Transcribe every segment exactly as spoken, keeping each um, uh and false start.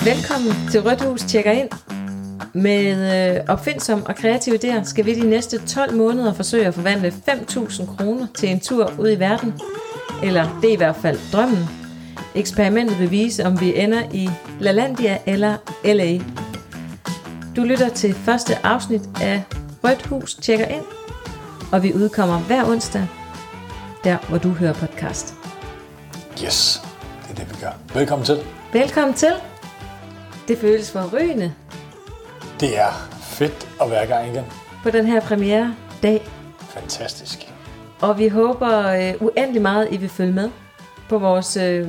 Velkommen til Rødt Hus tjekker ind. Med øh, opfindsom og kreative idéer skal vi de næste tolv måneder forsøge at forvandle fem tusind kroner til en tur ud i verden. Eller det er i hvert fald drømmen. Eksperimentet vil vise, om vi ender i LaLandia eller L A. Du lytter til første afsnit af Rødt Hus tjekker ind. Og vi udkommer hver onsdag, der hvor du hører podcast. Yes, det er det vi gør. Velkommen til. Velkommen til. Det føles forrygende. Det er fedt at være i gang igen. På den her premiere dag. Fantastisk. Og vi håber øh, uendelig meget, I vil følge med på vores øh,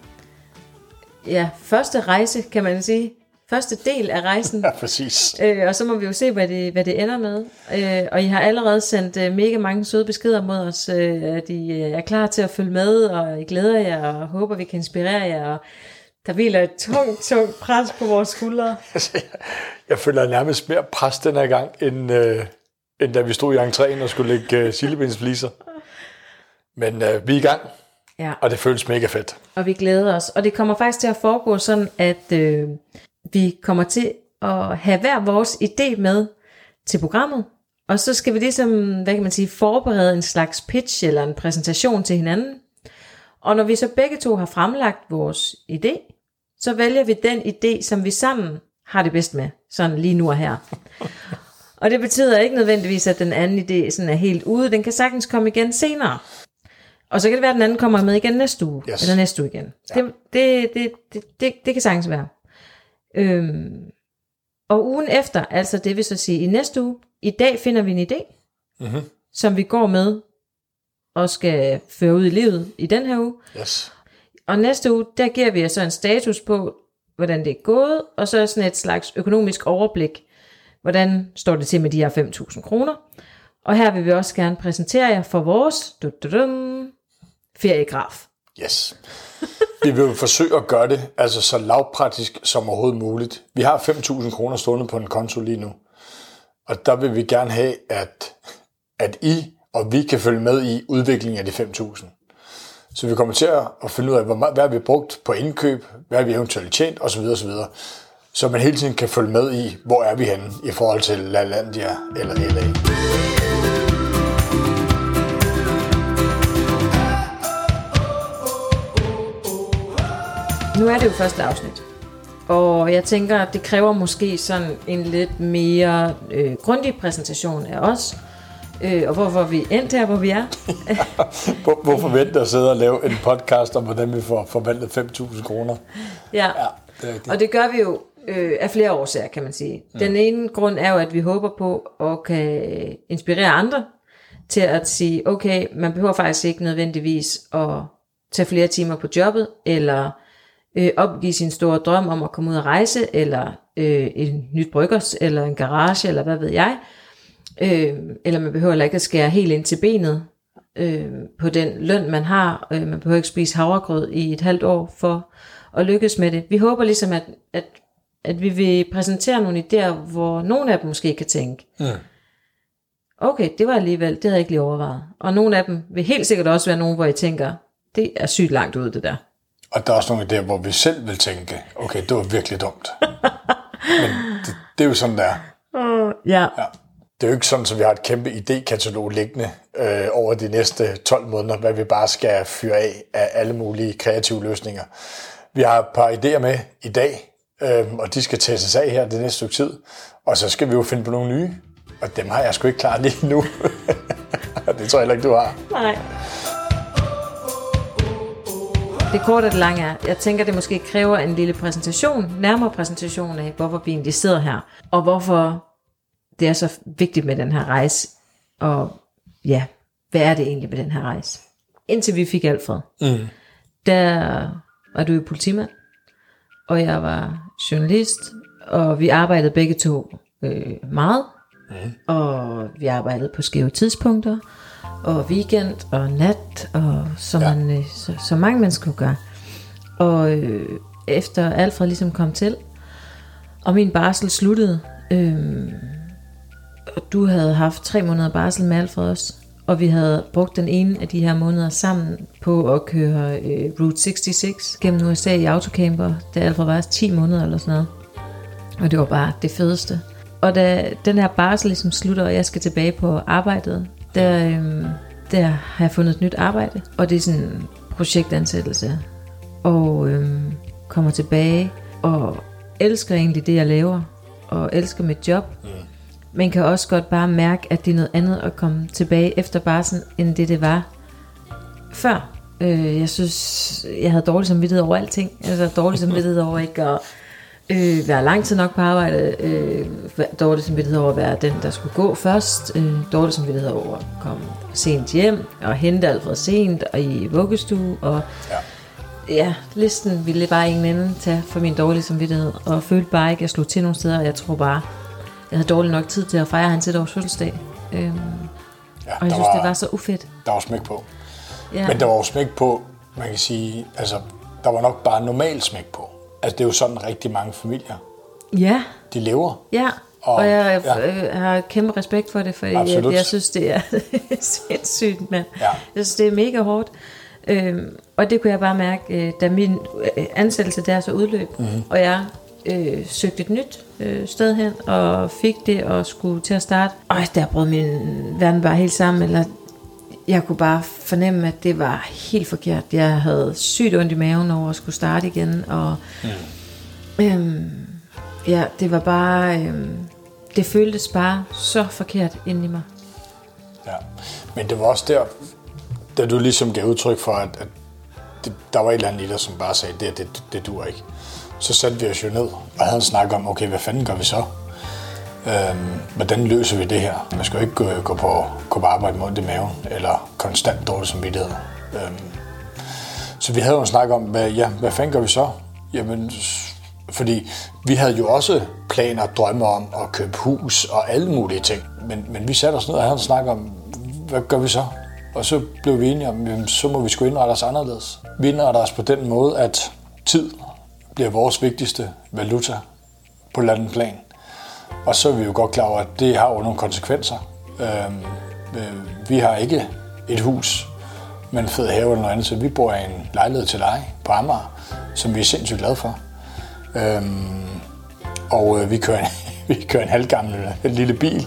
ja, første rejse, kan man sige. Første del af rejsen. Ja, præcis. Øh, og så må vi jo se, hvad det, hvad det ender med. Øh, og I har allerede sendt øh, mega mange søde beskeder mod os, øh, at I øh, er klar til at følge med, og I glæder jer, og håber, vi kan inspirere jer. Og der hviler et tungt, tungt pres på vores skuldre. Jeg føler nærmest mere pres den her gang, end, øh, end da vi stod i entréen og skulle lægge øh, sildebensfliser. Men øh, vi er i gang, ja. Og det føles mega fedt. Og vi glæder os. Og det kommer faktisk til at foregå sådan, at øh, vi kommer til at have hver vores idé med til programmet. Og så skal vi ligesom, hvad kan man sige, forberede en slags pitch eller en præsentation til hinanden. Og når vi så begge to har fremlagt vores idé, så vælger vi den idé, som vi sammen har det bedst med, sådan lige nu og her. Og det betyder ikke nødvendigvis, at den anden idé sådan er helt ude. Den kan sagtens komme igen senere. Og så kan det være, at den anden kommer med igen næste uge, yes. Eller næste uge igen. Ja. Det, det, det, det, det, det kan sagtens være. Øhm, og ugen efter, altså det vil så sige i næste uge, i dag finder vi en idé, mm-hmm. som vi går med og skal føre ud i livet i den her uge. Yes. Og næste uge, der giver vi så en status på, hvordan det er gået, og så sådan et slags økonomisk overblik, hvordan står det til med de her fem tusind kroner. Og her vil vi også gerne præsentere jer for vores feriegraf. Yes. Vi vil forsøge at gøre det altså så lavpraktisk som overhovedet muligt. Vi har fem tusind kroner stående på en konto lige nu. Og der vil vi gerne have, at, at I og vi kan følge med i udviklingen af de fem tusind. Så vi kommer til at finde ud af, hvor meget, hvad har vi brugt på indkøb, hvad har vi eventuelt tjent osv. osv. Så man hele tiden kan følge med i, hvor er vi henne i forhold til LaLandia eller L A. Nu er det jo første afsnit, og jeg tænker, at det kræver måske sådan en lidt mere øh, grundig præsentation af os, øh, og hvorfor vi endt her, hvor vi er. Hvorfor vente at sidde og lave en podcast om, hvordan vi får forvaltet fem tusind kroner? Ja, ja det det. Og det gør vi jo øh, af flere årsager, kan man sige. Mm. Den ene grund er jo, at vi håber på at kan inspirere andre til at sige, okay, man behøver faktisk ikke nødvendigvis at tage flere timer på jobbet, eller Øh, opgive sin store drøm om at komme ud og rejse, eller øh, et nyt bryggers, eller en garage, eller hvad ved jeg. Øh, eller man behøver ikke at skære helt ind til benet øh, på den løn, man har. Øh, man behøver ikke spise havregrød i et halvt år for at lykkes med det. Vi håber ligesom, at, at, at vi vil præsentere nogle idéer, hvor nogle af dem måske kan tænke, mm. okay, det var alligevel, det havde jeg ikke lige overvejet. Og nogle af dem vil helt sikkert også være nogle, hvor jeg tænker, det er sygt langt ud, det der. Og der er også nogle idéer, hvor vi selv vil tænke, okay, det var virkelig dumt. Men det, det er jo sådan, der. Uh, yeah. Ja. Det er jo ikke sådan, at vi har et kæmpe idékatalog liggende øh, over de næste tolv måneder, hvad vi bare skal fyre af af alle mulige kreative løsninger. Vi har et par idéer med i dag, øh, og de skal testes af her det næste stykke tid. Og så skal vi jo finde på nogle nye, og dem har jeg sgu ikke klar lige nu. Det tror jeg heller ikke, du har. Nej. Det korte og det lange er, jeg tænker, det måske kræver en lille præsentation, nærmere præsentation af, hvorfor vi egentlig sidder her, og hvorfor det er så vigtigt med den her rejse, og ja, hvad er det egentlig med den her rejse? Indtil vi fik Alfred, mm. der var du jo politimand, og jeg var journalist, og vi arbejdede begge to øh, meget, mm. og vi arbejdede på skæve tidspunkter, og weekend og nat, og så, ja. man, så, så mange mennesker kunne gøre. Og øh, efter Alfred ligesom kom til, og min barsel sluttede, øh, og du havde haft tre måneder barsel med Alfred også, og vi havde brugt den ene af de her måneder sammen på at køre øh, Route seksogtres gennem U S A i autocamper. Det er altså været ti måneder eller sådan noget. Og det var bare det fedeste. Og da den her barsel ligesom slutter, og jeg skal tilbage på arbejdet, der, øh, der har jeg fundet et nyt arbejde. Og det er sådan en projektansættelse. Og øh, kommer tilbage og elsker egentlig det, jeg laver. Og elsker mit job. Mm. Man kan også godt bare mærke, at det er noget andet at komme tilbage efter barslen, end det det var før. Øh, jeg synes, jeg havde dårlig samvittighed over alting. Altså dårlig samvittighed over ikke at øh, være lang tid nok på arbejde. Øh, dårlig samvittighed over at være den, der skulle gå først. Øh, dårlig samvittighed over at komme sent hjem og hente Alfred sent og i vuggestue. Og ja, ja listen ville bare ingen ende tage for min dårlige samvittighed. Og følte bare ikke, at jeg slog til nogle steder. Og jeg tror bare, jeg havde dårlig nok tid til at fejre hans et års fødselsdag. Øhm, ja, og jeg synes, var, det var så ufedt. Der var smæk på. Ja. Men der var jo smæk på, man kan sige, altså, der var nok bare normalt smæk på. Altså, det er jo sådan rigtig mange familier. Ja. De lever. Ja, og, og jeg, ja. jeg har kæmpe respekt for det, fordi jeg, jeg synes, det er sindssygt, mand. Ja. Jeg synes, det er mega hårdt. Øhm, og det kunne jeg bare mærke, da min ansættelse der så udløb, mm-hmm. og jeg øh, søgte et nyt øh, sted hen, og fik det, og skulle til at starte. Og der brød min verden bare helt sammen, eller jeg kunne bare fornemme, at det var helt forkert. Jeg havde sygt ondt i maven over at skulle starte igen, og mm. øhm, ja, det var bare, øhm, det føltes bare så forkert inde i mig. Ja, men det var også der, da du ligesom gav udtryk for, at, at det, der var et eller andet i dig, som bare sagde, det, det, det duer ikke. Så satte vi os jo ned og havde en snak om, okay, hvad fanden gør vi så? Øhm, hvordan løser vi det her? Man skal jo ikke gå, gå, på, gå på arbejde med ondt i maven, eller konstant dårlig samvittighed. Øhm, så vi havde jo en snak om, hvad, ja, hvad fanden gør vi så? Jamen, fordi vi havde jo også planer og drømme om at købe hus og alle mulige ting. Men, men vi satte os ned og havde en snak om, hvad gør vi så? Og så blev vi enige om, jamen, så må vi sgu indrette os anderledes. Vi indretter os på den måde, at tid bliver vores vigtigste valuta på landenplan. Og så er vi jo godt klar over, at det har jo nogle konsekvenser. Øhm, øh, vi har ikke et hus med en fed have eller noget andet, så vi bor i en lejlighed til leje på Amager, som vi er sindssygt glade for. Øhm, og øh, vi, kører en, vi kører en halvgammel en lille bil.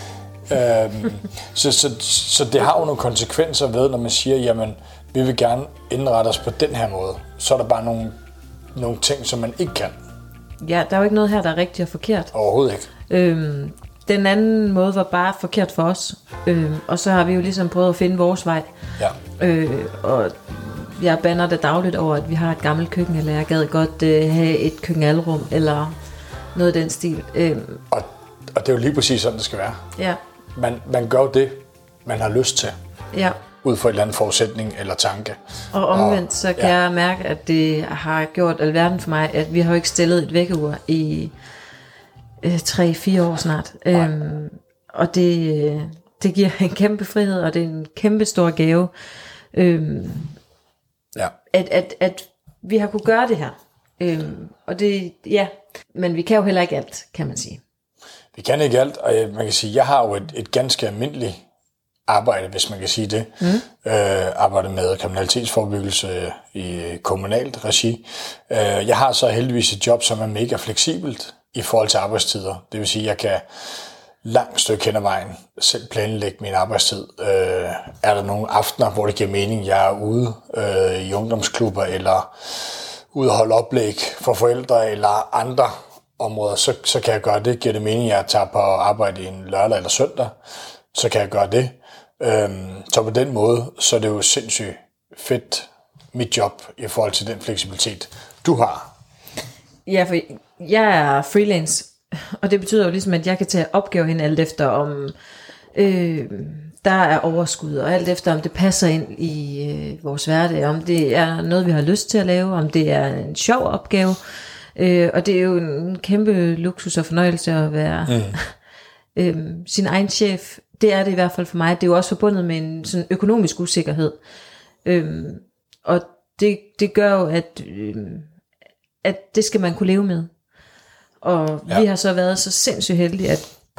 øhm, så, så, så det har jo nogle konsekvenser ved, når man siger, jamen, vi vil gerne indrette os på den her måde. Så er der bare nogle, nogle ting, som man ikke kan. Ja, der er jo ikke noget her, der er rigtigt og forkert. Overhovedet ikke. Øhm, den anden måde var bare forkert for os. Øhm, og så har vi jo ligesom prøvet at finde vores vej. Ja. Øh, og jeg bander det dagligt over, at vi har et gammelt køkken, eller jeg gad godt øh, have et køkkenalrum, eller noget af den stil. Øhm. Og, og det er jo lige præcis sådan, det skal være. Ja. Man, man gør det, man har lyst til. Ja. Ud fra en eller anden forudsætning eller tanke. Og omvendt, så kan ja. jeg mærke, at det har gjort alverden for mig, at vi har jo ikke stillet et vækkeur i øh, tre fire år snart. Øhm, og det, det giver en kæmpe frihed, og det er en kæmpe stor gave, øhm, ja. at, at, at vi har kunne gøre det her. Øhm, og det, ja, men vi kan jo heller ikke alt, kan man sige. Vi kan ikke alt, og man kan sige, jeg har jo et, et ganske almindeligt arbejde, hvis man kan sige det. Mm. Øh, arbejde med kriminalitetsforebyggelse i kommunalt regi. Øh, jeg har så heldigvis et job, som er mega fleksibelt i forhold til arbejdstider. Det vil sige, at jeg kan langt stykke hen ad vejen selv planlægge min arbejdstid. Øh, er der nogle aftener, hvor det giver mening, jeg er ude øh, i ungdomsklubber, eller ude og holde oplæg for forældre, eller andre områder, så, så kan jeg gøre det. Giver det mening, at jeg tager på arbejde en lørdag eller søndag, så kan jeg gøre det. Øhm, så på den måde, så er det jo sindssygt fedt, mit job, i forhold til den fleksibilitet, du har. Ja, for jeg er freelance, og det betyder jo ligesom, at jeg kan tage opgaver hen alt efter, om øh, der er overskud, og alt efter, om det passer ind i øh, vores hverdag, om det er noget, vi har lyst til at lave, om det er en sjov opgave. Øh, og det er jo en kæmpe luksus og fornøjelse at være mm. øh, sin egen chef. Det er det i hvert fald for mig. Det er jo også forbundet med en sådan økonomisk usikkerhed. Øhm, og det, det gør jo, at, øhm, at det skal man kunne leve med. Og ja. vi har så været så sindssygt heldige, at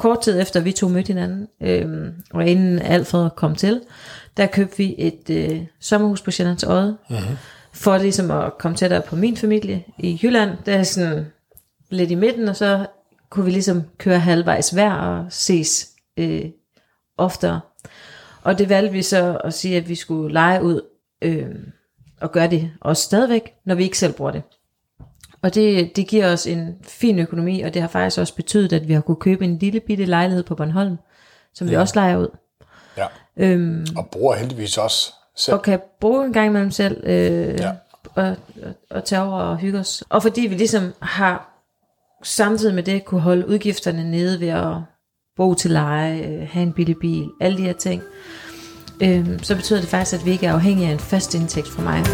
kort tid efter vi to mødte hinanden, øh, og inden Alfred kom til, der købte vi et øh, sommerhus på Sjællands Odde, mm-hmm. for ligesom at komme tættere på min familie i Jylland. Der er sådan lidt i midten, og så kunne vi ligesom køre halvvejs hver og ses øh, oftere. Og det valgte vi så at sige, at vi skulle lege ud øh, og gøre det også stadigvæk, når vi ikke selv bruger det. Og det, det giver os en fin økonomi, og det har faktisk også betydet, at vi har kunne købe en lille bitte lejlighed på Bornholm, som ja. vi også leger ud. Ja, øhm, og bruger heldigvis også selv. Og kan bruge en gang imellem selv, øh, ja. og, og, og tage over og hygge os. Og fordi vi ligesom har samtidig med det kunne holde udgifterne nede ved at bo til leje, have en billig bil, alle de her ting, øh, så betyder det faktisk, at vi ikke er afhængige af en fast indtægt fra mig.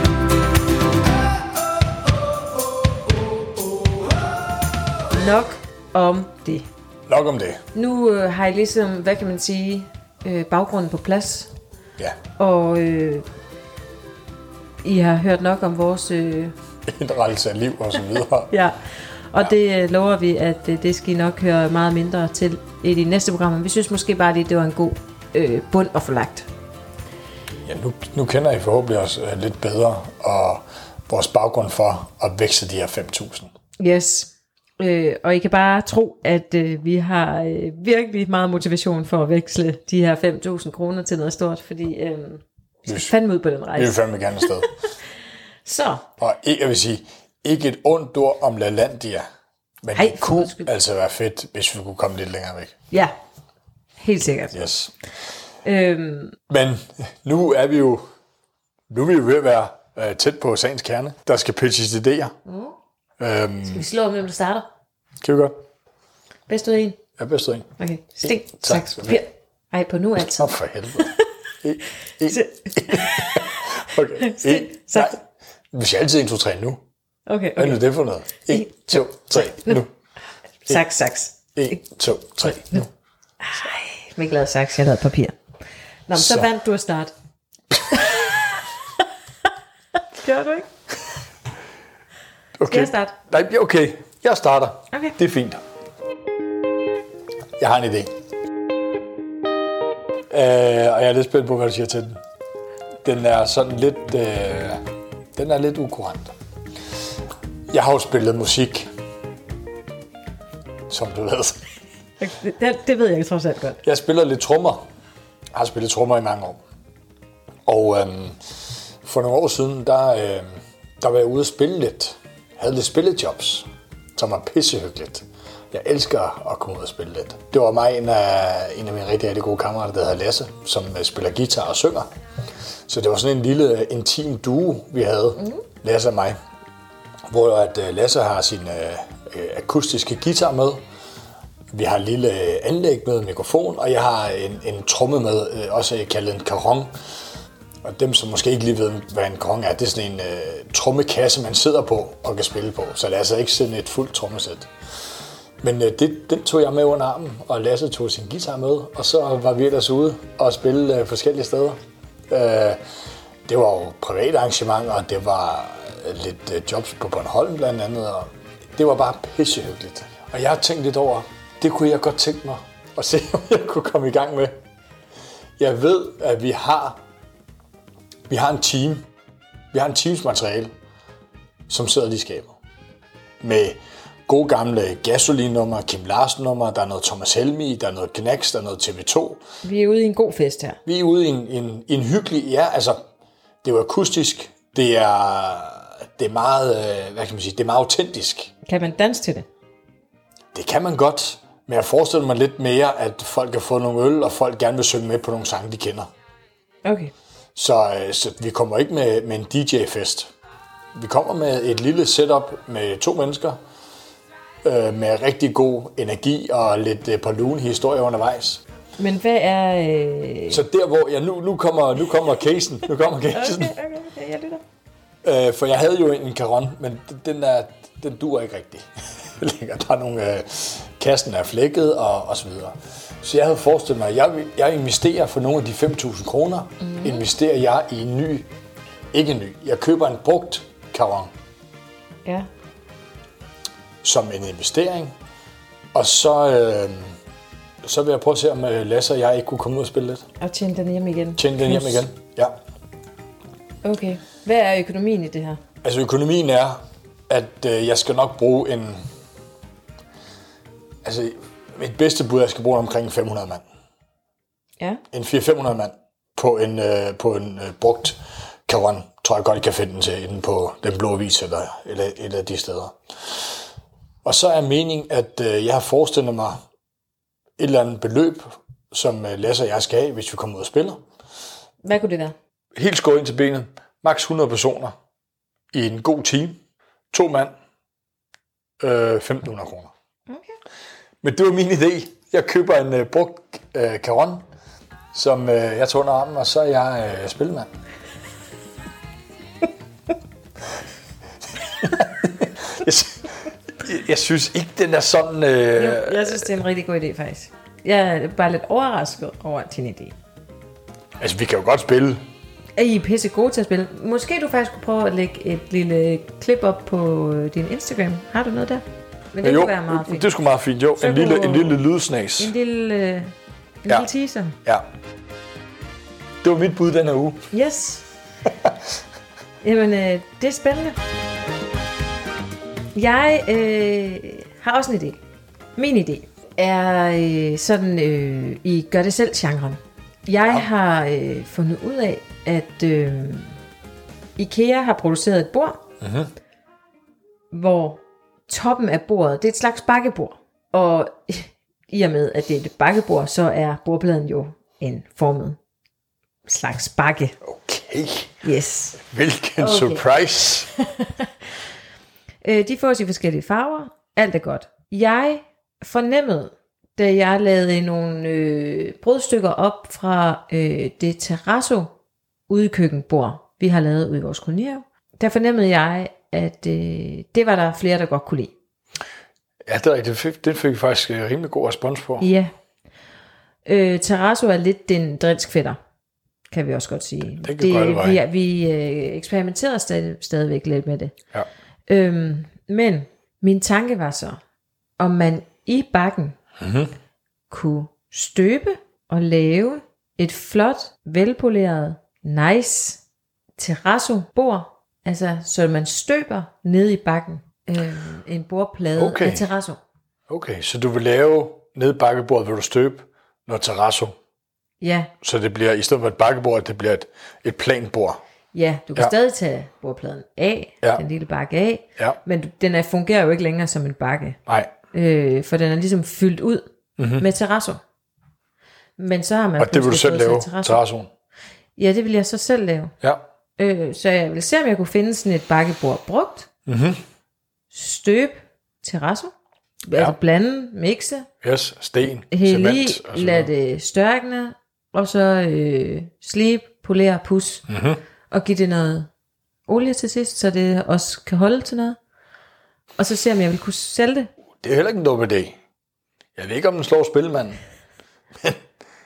Nok om det. Nok om det. Nu øh, har jeg ligesom, hvad kan man sige, øh, baggrunden på plads. Ja. Og øh, I har hørt nok om vores... Øh... indrettelse af liv og så videre. ja, og ja. det øh, lover vi, at øh, det skal I nok høre meget mindre til i de næste programmer. Vi synes måske bare, at det var en god øh, bund at få lagt. Ja, nu, nu kender I forhåbentlig også øh, lidt bedre, og vores baggrund for at vækse de her fem tusind. Yes. Øh, og I kan bare tro, at øh, vi har øh, virkelig meget motivation for at veksle de her fem tusind kroner til noget stort, fordi øh, vi skal fandme ud på den rejse. Vi vil fandme gerne afsted. Så. Og jeg vil sige, ikke et ondt ord om LaLandia, men Ej, det kunne altså være fedt, hvis vi kunne komme lidt længere væk. Ja, helt sikkert. Yes. Øhm. Men nu er vi jo, nu er vi jo ved at være øh, tæt på sagens kerne. Der skal pitches idéer. Mm. Øhm, Skal vi slå om, hvem der starter? Kan vi godt. Bedst ud af en? Ja, bedst ud af en. Okay. Sten, saks, papir. Ej, på nu altid. Åh, for helvede. En, en. Okay. Sten, saks. Vi skal altid en, to, tre nu. Okay, okay. Hvad er det for noget? En, to, tre, nu. Saks, saks. En, to, tre, nu. Ej, jeg har ikke lavet saks, jeg har lavet papir. Nå, men så, så vandt du at starte. Gør du ikke? Okay. Skal jeg starte? Nej, okay. Jeg starter. Okay. Det er fint. Jeg har en idé. Øh, og jeg er lidt spændt på, hvad du siger til den. Den er sådan lidt... Øh, den er lidt ukurant. Jeg har jo spillet musik. Som du ved. Det, det ved jeg trods alt godt. Jeg spiller lidt trommer. Jeg har spillet trommer i mange år. Og øh, for nogle år siden, der, øh, der var jeg ude at spille lidt. Havde lidt spillejobs, som var pissehyggeligt. Jeg elsker at komme ud og spille lidt. Det var mig en af, en af mine rigtig, rigtig gode kammerater, der hedder Lasse, som spiller guitar og synger. Så det var sådan en lille intim duo, vi havde, mm. Lasse og mig. Hvor at Lasse har sin øh, akustiske guitar med. Vi har en lille anlæg med mikrofon, og jeg har en, en tromme med, øh, også kaldet en cajon. Og dem, som måske ikke lige ved, hvad en cajon er, det er sådan en øh, trommekasse, man sidder på og kan spille på. Så det er altså ikke sådan et fuldt trommesæt. Men øh, det, den tog jeg med under armen, og Lasse tog sin guitar med, og så var vi ellers ude og spille øh, forskellige steder. Øh, det var jo private arrangementer, og det var øh, lidt øh, jobs på Bornholm blandt andet, og det var bare pissehyggeligt. Og jeg har tænkt lidt over, det kunne jeg godt tænke mig at se, om jeg kunne komme i gang med. Jeg ved, at vi har, vi har en team, vi har en teamsmateriale, som sidder lige i skabet. Med gode gamle Gasolin-nummer, Kim Larsen-nummer, der er noget Thomas Helmig, der er noget Knacks, der er noget T V to. Vi er ude i en god fest her. Vi er ude i en, en, en hyggelig, ja, altså, det er jo akustisk, det er, det er meget, hvad kan man sige, det er meget autentisk. Kan man danse til det? Det kan man godt, men jeg forestiller mig lidt mere, at folk har fået nogle øl, og folk gerne vil synge med på nogle sange, de kender. Okay. Så, så vi kommer ikke med, med en D J-fest. Vi kommer med et lille setup med to mennesker, øh, med rigtig god energi og lidt øh, parlune historie undervejs. Men hvad er... Øh... Så der hvor, ja, nu, nu kommer, nu kommer casen, nu kommer casen. Okay, okay, okay, jeg lytter. Øh, for jeg havde jo en cajon, men den, er, den dur ikke rigtigt. Der er nogle, øh, kassen er flækket og, og så videre. Så jeg havde forestillet mig, at jeg, jeg investerer for nogle af de fem tusind kroner, mm. investerer jeg i en ny, ikke en ny, jeg køber en brugt cajon. Ja. Som en investering, og så, øh, så vil jeg prøve at se, om Lasse og jeg ikke kunne komme ud og spille lidt. Og tjene den hjem igen. Tjene den hjem igen, ja. Okay. Hvad er økonomien i det her? Altså økonomien er, at øh, jeg skal nok bruge en... Altså mit bedste bud er, at jeg skal bruge omkring fem hundrede mand. Ja. En fire til fem hundrede mand på en, øh, på en øh, brugt Caron, tror jeg godt, I kan finde den til inde på Den Blå Avis eller, eller et af de steder. Og så er meningen, at øh, jeg har forestillet mig et eller andet beløb, som øh, Lasse og jeg skal have, hvis vi kommer ud og spiller. Hvad kunne det være? Helt skåret ind til benet. Maks hundrede personer i en god team. To mand. Øh, femten hundrede kroner. Okay. Men det var min idé. Jeg køber en øh, brugt øh, Caron, som øh, jeg tog under armen, og så er jeg øh, spillemand. jeg, jeg synes ikke, den er sådan... Øh... Jo, jeg synes, det er en rigtig god idé, faktisk. Jeg er bare lidt overrasket over din idé. Altså, vi kan jo godt spille. Er I pisse gode til at spille? Måske du faktisk kunne prøve at lægge et lille klip op på din Instagram. Har du noget der? Men det jo, kunne være meget fint. Det skulle meget fint, jo. En lille, en lille lydsnas. En lille, øh, en ja. lille teaser. Ja. Det var mit bud den her uge. Yes. Jamen, øh, det er spændende. Jeg øh, har også en idé. Min idé er øh, sådan øh, i gør det selv genren. Jeg ja. har øh, fundet ud af, at øh, IKEA har produceret et bord, uh-huh. hvor toppen af bordet, det er et slags bakkebord. Og i og med, at det er et bakkebord, så er bordpladen jo en formet slags bakke. Okay. Yes. Hvilken okay. surprise. De fås i forskellige farver. Alt er godt. Jeg fornemmede, da jeg lavede nogle øh, brødstykker op fra øh, det terrasso ude i køkkenbord, vi har lavet ude i vores kolonihave, der fornemmede jeg, at øh, det var der flere, der godt kunne lide. Ja, det er rigtigt. Det fik vi faktisk rimelig god respons på. Ja. Øh, terrasso er lidt den drinskfætter, kan vi også godt sige. Det kan det, godt vi, vi øh, eksperimenterede stadig, stadigvæk lidt med det. Ja. Øhm, men min tanke var så, om man i bakken mm-hmm. kunne støbe og lave et flot, velpoleret, nice terrasso-bord, altså så man støber ned i bakken øh, en bordplade okay. af terrasso. Okay, så du vil lave ned i bakkebordet, vil du støbe noget terrasso? Ja. Så det bliver, i stedet for et bakkebord, det bliver et, et planbord? Ja, du kan ja. stadig tage bordpladen af, ja. den lille bakke af, ja. men den er, fungerer jo ikke længere som en bakke. Nej. Øh, for den er ligesom fyldt ud mm-hmm. med terrasso. Men så har man... Og det vil du selv lave, terrassoen? Ja, det vil jeg så selv lave. Ja. Øh, så jeg vil se, om jeg kunne finde sådan et bakkebord brugt, mm-hmm. støb terrasso, ja. altså blande, mixe, yes, sten, hælde i, lad det størkne, og så øh, slibe, polere, pus, mm-hmm. og give det noget olie til sidst, så det også kan holde til noget. Og så se, om jeg vil kunne sælge det. Det er heller ikke en dum idé. Jeg ved ikke, om den slår spillemanden. Men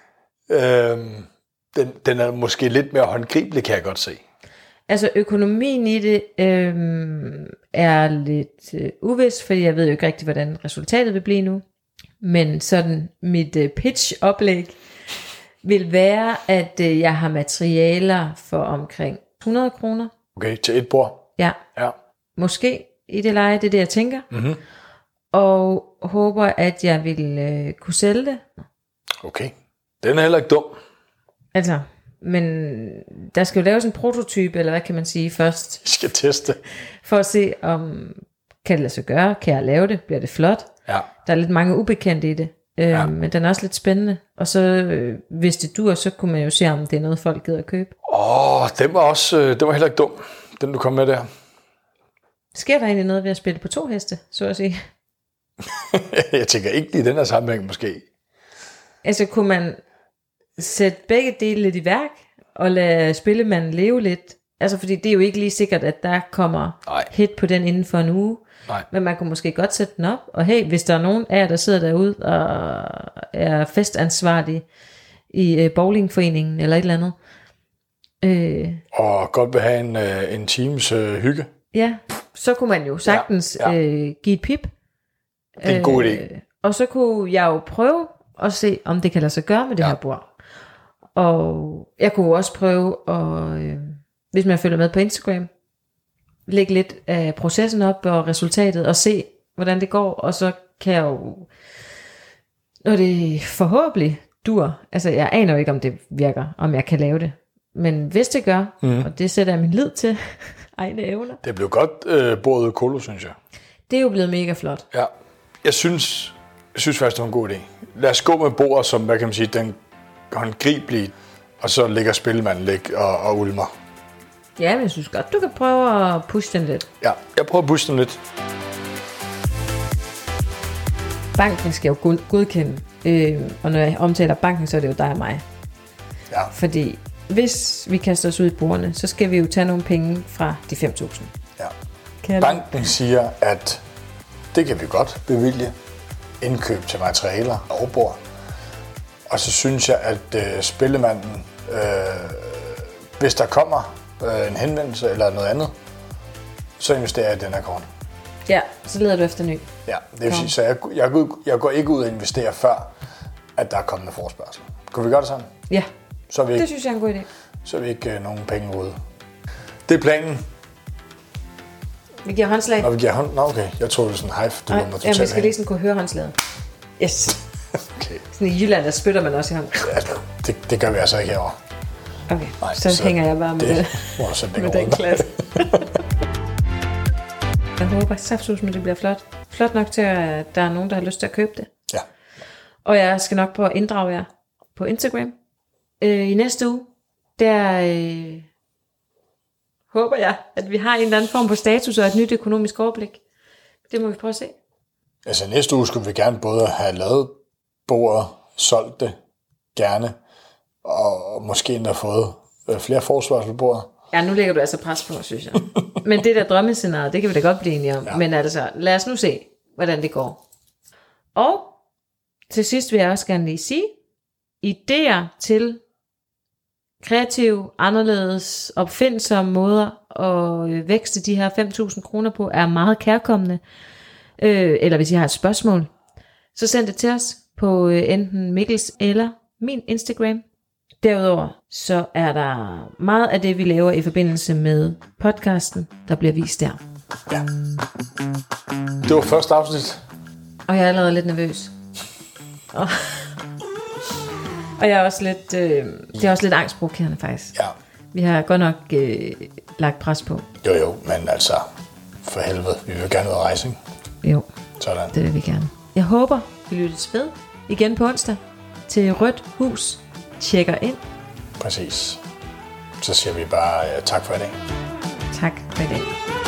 øhm, den, den er måske lidt mere håndgribelig, kan jeg godt se. Altså økonomien i det øhm, er lidt øh, uvis, fordi jeg ved jo ikke rigtig, hvordan resultatet vil blive nu. Men sådan mit øh, pitch-oplæg vil være, at øh, jeg har materialer for omkring hundrede kroner. Okay, til et bord? Ja. Ja. Måske i det leje, det er det, jeg tænker. Mm-hmm. Og håber, at jeg vil øh, kunne sælge det. Okay, den er heller ikke dum. Altså, men der skal jo laves en prototype, eller hvad kan man sige først? Jeg skal teste. For at se, om kan det lade sig gøre, kan jeg lave det, bliver det flot? Ja. Der er lidt mange ubekendte i det, øh, ja. Men den er også lidt spændende. Og så, øh, hvis det dur, så kunne man jo se, om det er noget, folk gider at købe. Åh, oh, den var også, øh, den var heller ikke dum, den du kom med der. Sker der egentlig noget ved at spille på to heste, så at sige? Jeg tænker ikke lige i den her sammenhæng måske. Altså kunne man sætte begge dele lidt i værk, og lade spillemanden leve lidt? Altså fordi det er jo ikke lige sikkert, at der kommer Nej. hit på den inden for en uge. Nej. Men man kunne måske godt sætte den op. Og hey, hvis der er nogen af jer, der sidder derude og er festansvarlige i øh, bowlingforeningen eller et eller andet. Øh, og godt vil have en, øh, en times øh, hygge. Ja, så kunne man jo sagtens ja, ja. Øh, give et pip. Det er en god idé. Øh, og så kunne jeg jo prøve og se, om det kan lade sig gøre med det ja. her bord. Og jeg kunne også prøve at, øh, hvis man følger med på Instagram, lægge lidt af processen op og resultatet, og se, hvordan det går, og så kan jeg jo, når det forhåbentlig dur, altså jeg aner jo ikke, om det virker, om jeg kan lave det, men hvis det gør, mm. og det sætter jeg min lid til, egne evner. Det blev godt øh, bordet kolo, synes jeg. Det er jo blevet mega flot. Ja, jeg synes, jeg synes faktisk, det var en god idé. Lad os gå med bordet, som, hvad kan man sige, den håndgribelige, og så ligger spillemanden ligge og, og ulmer. Ja, men jeg synes godt, du kan prøve at pushe den lidt. Ja, jeg prøver at pushe den lidt. Banken skal jo godkende, øh, og når jeg omtaler banken, så er det jo dig og mig. Ja. Fordi hvis vi kaster os ud i bordene, så skal vi jo tage nogle penge fra de fem tusind. Ja. Banken siger, at det kan vi godt bevilge. Indkøb til materialer og bord. Og så synes jeg, at øh, spillemanden, øh, hvis der kommer øh, en henvendelse eller noget andet, så investerer jeg i den her kort. Ja, så leder du efter ny. Ja, det vil sige, så jeg, jeg, går, jeg går ikke ud og investerer før, at der er kommet forespørgsel. Kunne vi gøre det sådan? Ja, så vi ikke, det synes jeg er en god idé. Så er vi ikke øh, nogen penge ude. Det er planen. Vi giver håndslag. Nå, vi giver hånd... Nå, okay. Jeg troede, det var sådan en hive. Ja, vi skal lige sådan kunne høre håndslaget. Yes. Okay. Sådan i Jylland, der spytter man også i hånden. Ja, det, det gør vi altså ikke herovre. Okay, Nej, så, så hænger jeg bare med, det, det, med den klasse. Jeg håber saftsus, at det bliver flot. Flot nok til, at der er nogen, der har lyst til at købe det. Ja. Og jeg skal nok prøve at inddrage jer på Instagram. Øh, I næste uge, der øh, håber jeg, at vi har en eller anden form for status og et nyt økonomisk overblik. Det må vi prøve at se. Altså næste uge skulle vi gerne både have lavet bordet, solgt det, gerne, og måske endda fået flere forsvarsel på bordet. Ja, nu lægger du altså pres på, synes jeg. Men det der drømmescenarie, det kan vi da godt blive enige om. Ja. Men altså, lad os nu se, hvordan det går. Og til sidst vil jeg også gerne lige sige, idéer til kreative, anderledes, opfindsomme måder at vækste de her fem tusind kroner på, er meget kærkommende. Øh, eller hvis I har et spørgsmål, så send det til os på øh, enten Mikkels eller min Instagram. Derudover så er der meget af det, vi laver i forbindelse med podcasten, der bliver vist der. Ja. Det var første afsnit. Og jeg er allerede lidt nervøs. Og, og jeg er også lidt, øh, det er også lidt angstprovokerende faktisk. Ja. Vi har godt nok øh, lagt pres på. Jo jo, men altså, for helvede, vi vil gerne ud at rejse, ikke? Jo, sådan. Det vil vi gerne. Jeg håber, vi lyttes ved igen på onsdag til Rødt Hus tjekker ind. Præcis. Så siger vi bare uh, tak for i dag. Tak for i dag.